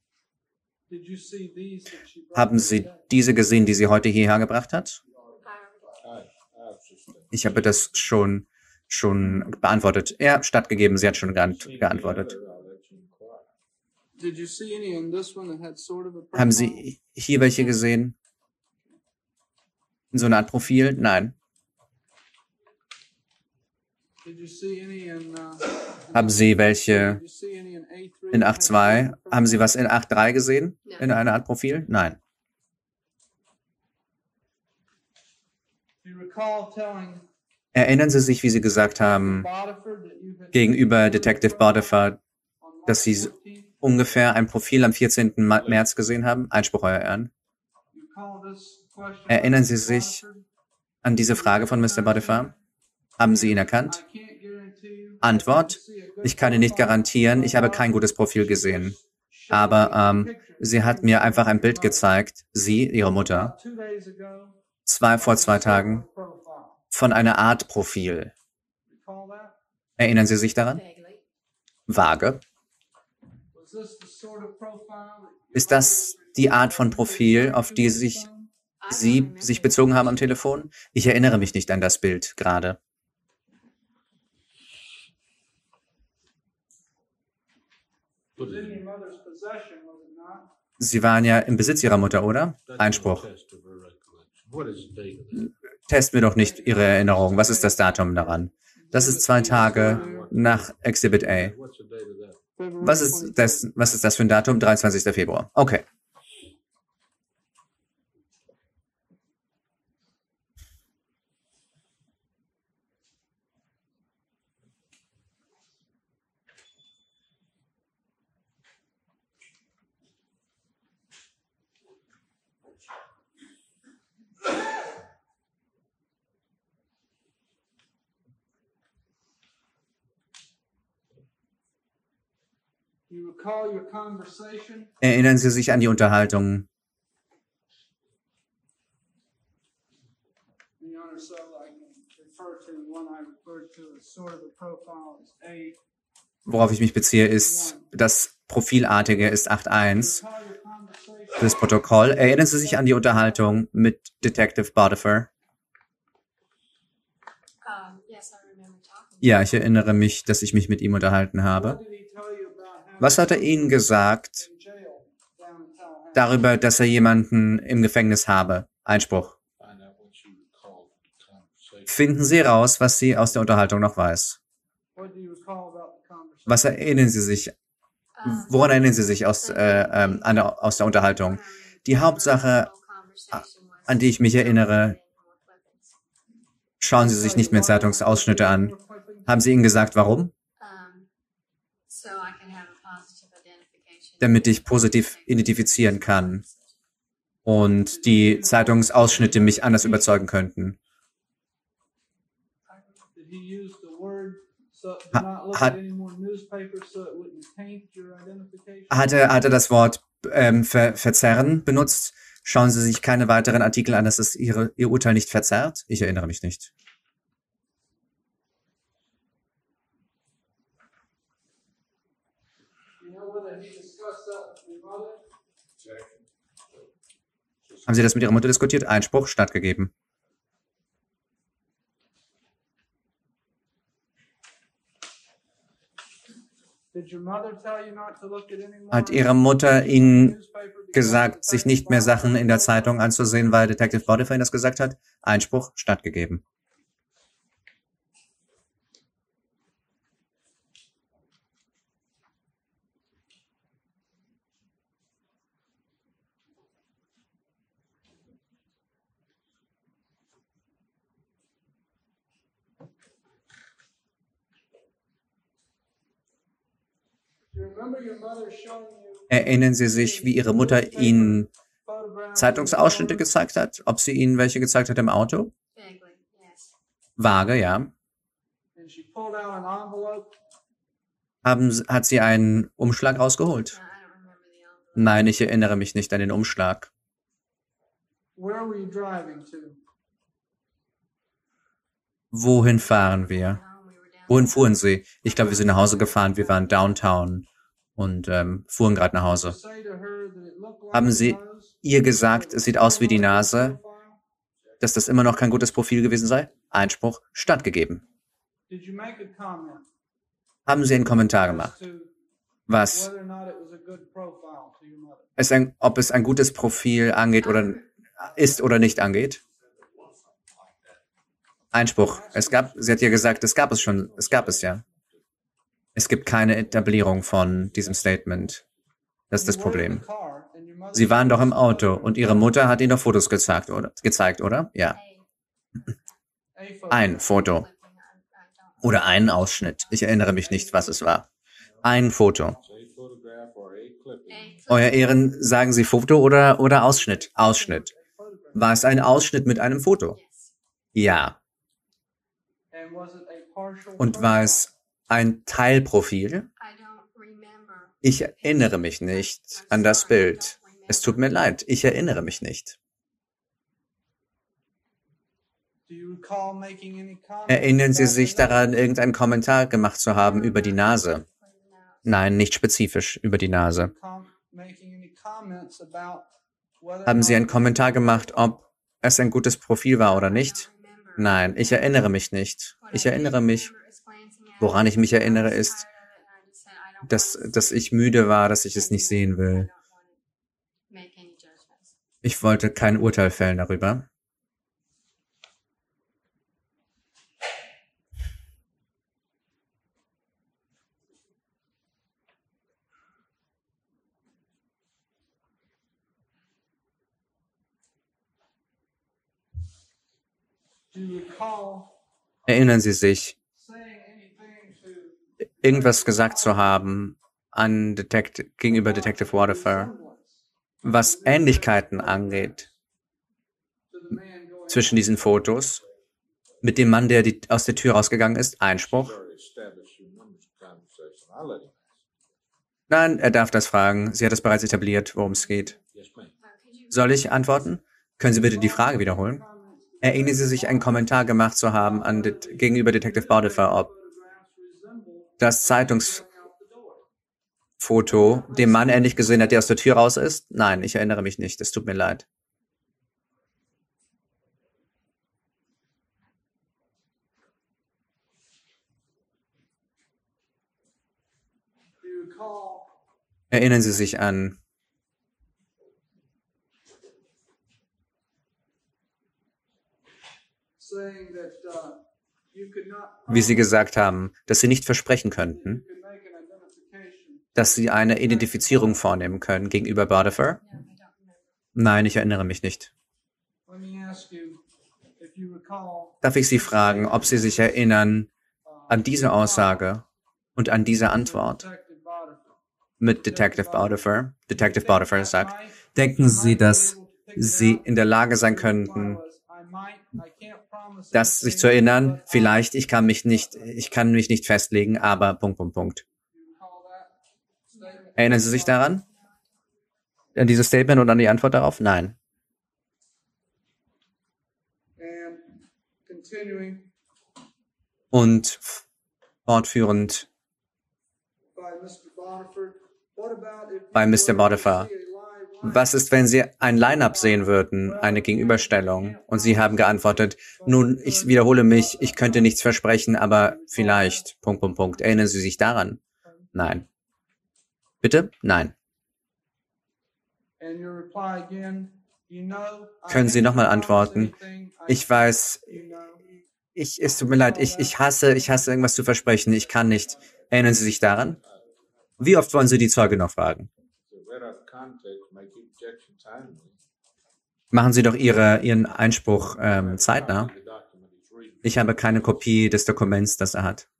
Haben Sie diese gesehen, die sie heute hierher gebracht hat? Ich habe das schon beantwortet. Ja, stattgegeben, sie hat schon geantwortet. Haben Sie hier welche gesehen? In so einer Art Profil? Nein. Haben Sie welche in 8.2? Haben Sie was in 8.3 gesehen? In einer Art Profil? Nein. Erinnern Sie sich, wie Sie gesagt haben, gegenüber Detective Botifer, dass Sie ungefähr ein Profil am 14. März gesehen haben? Einspruch, Euer Ehren. Erinnern Sie sich an diese Frage von Mr. Botifer? Haben Sie ihn erkannt? Antwort: Ich kann Ihnen nicht garantieren, ich habe kein gutes Profil gesehen. Aber sie hat mir einfach ein Bild gezeigt, sie, ihre Mutter, vor 2 Tagen, von einer Art Profil. Erinnern Sie sich daran? Vage. Ist das die Art von Profil, auf die Sie sich bezogen haben am Telefon? Ich erinnere mich nicht an das Bild gerade. Sie waren ja im Besitz Ihrer Mutter, oder? Einspruch. Testen wir doch nicht Ihre Erinnerung. Was ist das Datum daran? Das ist 2 Tage nach Exhibit A. Was ist das für ein Datum? 23. Februar. Okay. Erinnern Sie sich an die Unterhaltung? Worauf ich mich beziehe, ist das Profilartige ist 8.1 für das Protokoll. Erinnern Sie sich an die Unterhaltung mit Detective Botifer? Ja, ich erinnere mich, dass ich mich mit ihm unterhalten habe. Was hat er Ihnen gesagt darüber, dass er jemanden im Gefängnis habe? Einspruch. Finden Sie raus, was sie aus der Unterhaltung noch weiß. Was erinnern Sie sich? Woran erinnern Sie sich aus der Unterhaltung? Die Hauptsache, an die ich mich erinnere, schauen Sie sich nicht mehr Zeitungsausschnitte an. Haben Sie Ihnen gesagt, warum? Damit ich positiv identifizieren kann und die Zeitungsausschnitte mich anders überzeugen könnten. Hat er das Wort verzerren benutzt? Schauen Sie sich keine weiteren Artikel an, dass es Ihr Urteil nicht verzerrt? Ich erinnere mich nicht. Haben Sie das mit Ihrer Mutter diskutiert? Einspruch stattgegeben. Hat Ihre Mutter Ihnen gesagt, sich nicht mehr Sachen in der Zeitung anzusehen, weil Detective Botifer Ihnen das gesagt hat? Einspruch stattgegeben. Erinnern Sie sich, wie Ihre Mutter Ihnen Zeitungsausschnitte gezeigt hat? Ob sie Ihnen welche gezeigt hat im Auto? Vage, ja. Hat sie einen Umschlag rausgeholt? Nein, ich erinnere mich nicht an den Umschlag. Wohin fahren wir? Wohin fuhren Sie? Ich glaube, wir sind nach Hause gefahren. Wir waren downtown und fuhren gerade nach Hause. Haben Sie ihr gesagt, es sieht aus wie die Nase, dass das immer noch kein gutes Profil gewesen sei? Einspruch stattgegeben. Haben Sie einen Kommentar gemacht? Was? Ob es ein gutes Profil angeht oder ist oder nicht angeht? Einspruch. Sie hat ja gesagt, es gab es ja. Es gibt keine Etablierung von diesem Statement. Das ist das Problem. Sie waren doch im Auto und Ihre Mutter hat Ihnen doch Fotos gezeigt, oder? Ja. Ein Foto. Oder einen Ausschnitt. Ich erinnere mich nicht, was es war. Ein Foto. Euer Ehren, sagen Sie Foto oder Ausschnitt? Ausschnitt. War es ein Ausschnitt mit einem Foto? Ja. Und war es ein Teilprofil? Ich erinnere mich nicht an das Bild. Es tut mir leid, ich erinnere mich nicht. Erinnern Sie sich daran, irgendeinen Kommentar gemacht zu haben über die Nase? Nein, nicht spezifisch über die Nase. Haben Sie einen Kommentar gemacht, ob es ein gutes Profil war oder nicht? Nein, ich erinnere mich nicht. Ich erinnere mich. Woran ich mich erinnere, ist, dass ich müde war, dass ich es nicht sehen will. Ich wollte kein Urteil fällen darüber. Erinnern Sie sich, irgendwas gesagt zu haben gegenüber Detective Waterford, was Ähnlichkeiten angeht zwischen diesen Fotos mit dem Mann, der aus der Tür rausgegangen ist? Einspruch? Nein, er darf das fragen. Sie hat es bereits etabliert, worum es geht. Soll ich antworten? Können Sie bitte die Frage wiederholen? Erinnern Sie sich, einen Kommentar gemacht zu haben gegenüber Detective Waterford, ob das Zeitungsfoto dem Mann ähnlich gesehen hat, der aus der Tür raus ist? Nein, ich erinnere mich nicht. Es tut mir leid. Erinnern Sie sich an wie Sie gesagt haben, dass Sie nicht versprechen könnten, dass Sie eine Identifizierung vornehmen können gegenüber Waterford? Nein, ich erinnere mich nicht. Darf ich Sie fragen, ob Sie sich erinnern an diese Aussage und an diese Antwort mit Detective Waterford? Detective Waterford sagt, denken Sie, dass Sie in der Lage sein könnten, das sich zu erinnern? Vielleicht, ich kann mich nicht festlegen, aber ... Erinnern Sie sich daran? An dieses Statement und an die Antwort darauf? Nein. Und fortführend bei Mr. Waterford. Was ist, wenn Sie ein Line-Up sehen würden, eine Gegenüberstellung, und Sie haben geantwortet, nun, ich wiederhole mich, ich könnte nichts versprechen, aber vielleicht, ... Erinnern Sie sich daran? Nein. Bitte? Nein. Können Sie nochmal antworten? Ich weiß, es tut mir leid, ich hasse irgendwas zu versprechen, ich kann nicht. Erinnern Sie sich daran? Wie oft wollen Sie die Zeuge noch fragen? Machen Sie doch Ihren Einspruch zeitnah. Ich habe keine Kopie des Dokuments, das er hat.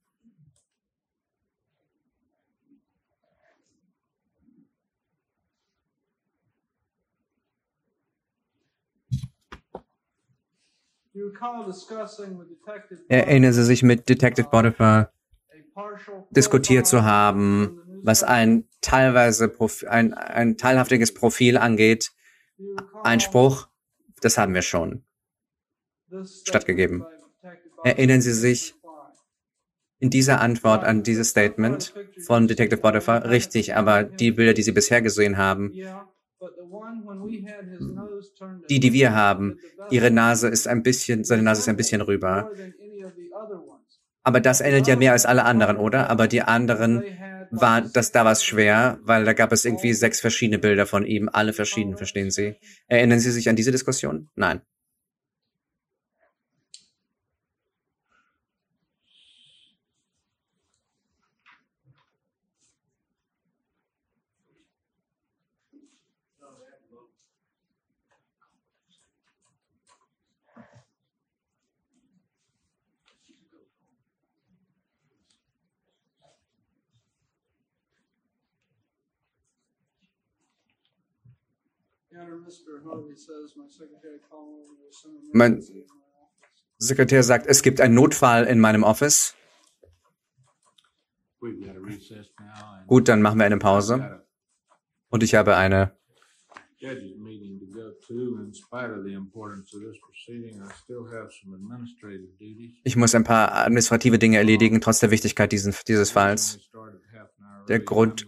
Erinnern Sie sich, mit Detective Waterford diskutiert zu haben, was ein teilhaftiges Profil angeht. Einspruch, das haben wir schon stattgegeben. Erinnern Sie sich in dieser Antwort an dieses Statement von Detective Waterford? Richtig, aber die Bilder, die Sie bisher gesehen haben, die wir haben, seine Nase ist ein bisschen rüber. Aber das ähnelt ja mehr als alle anderen, oder? Aber die anderen da war es schwer, weil da gab es irgendwie 6 verschiedene Bilder von ihm, alle verschieden, verstehen Sie? Erinnern Sie sich an diese Diskussion? Nein. Mein Sekretär sagt, es gibt einen Notfall in meinem Office. Gut, dann machen wir eine Pause. Und ich habe eine Ich muss ein paar administrative Dinge erledigen, trotz der Wichtigkeit dieses Falls. Der Grund...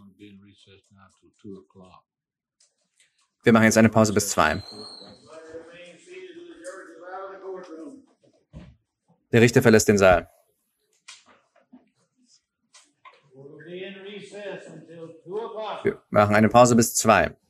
Wir machen jetzt eine Pause bis 2. Der Richter verlässt den Saal. Wir machen eine Pause bis 2.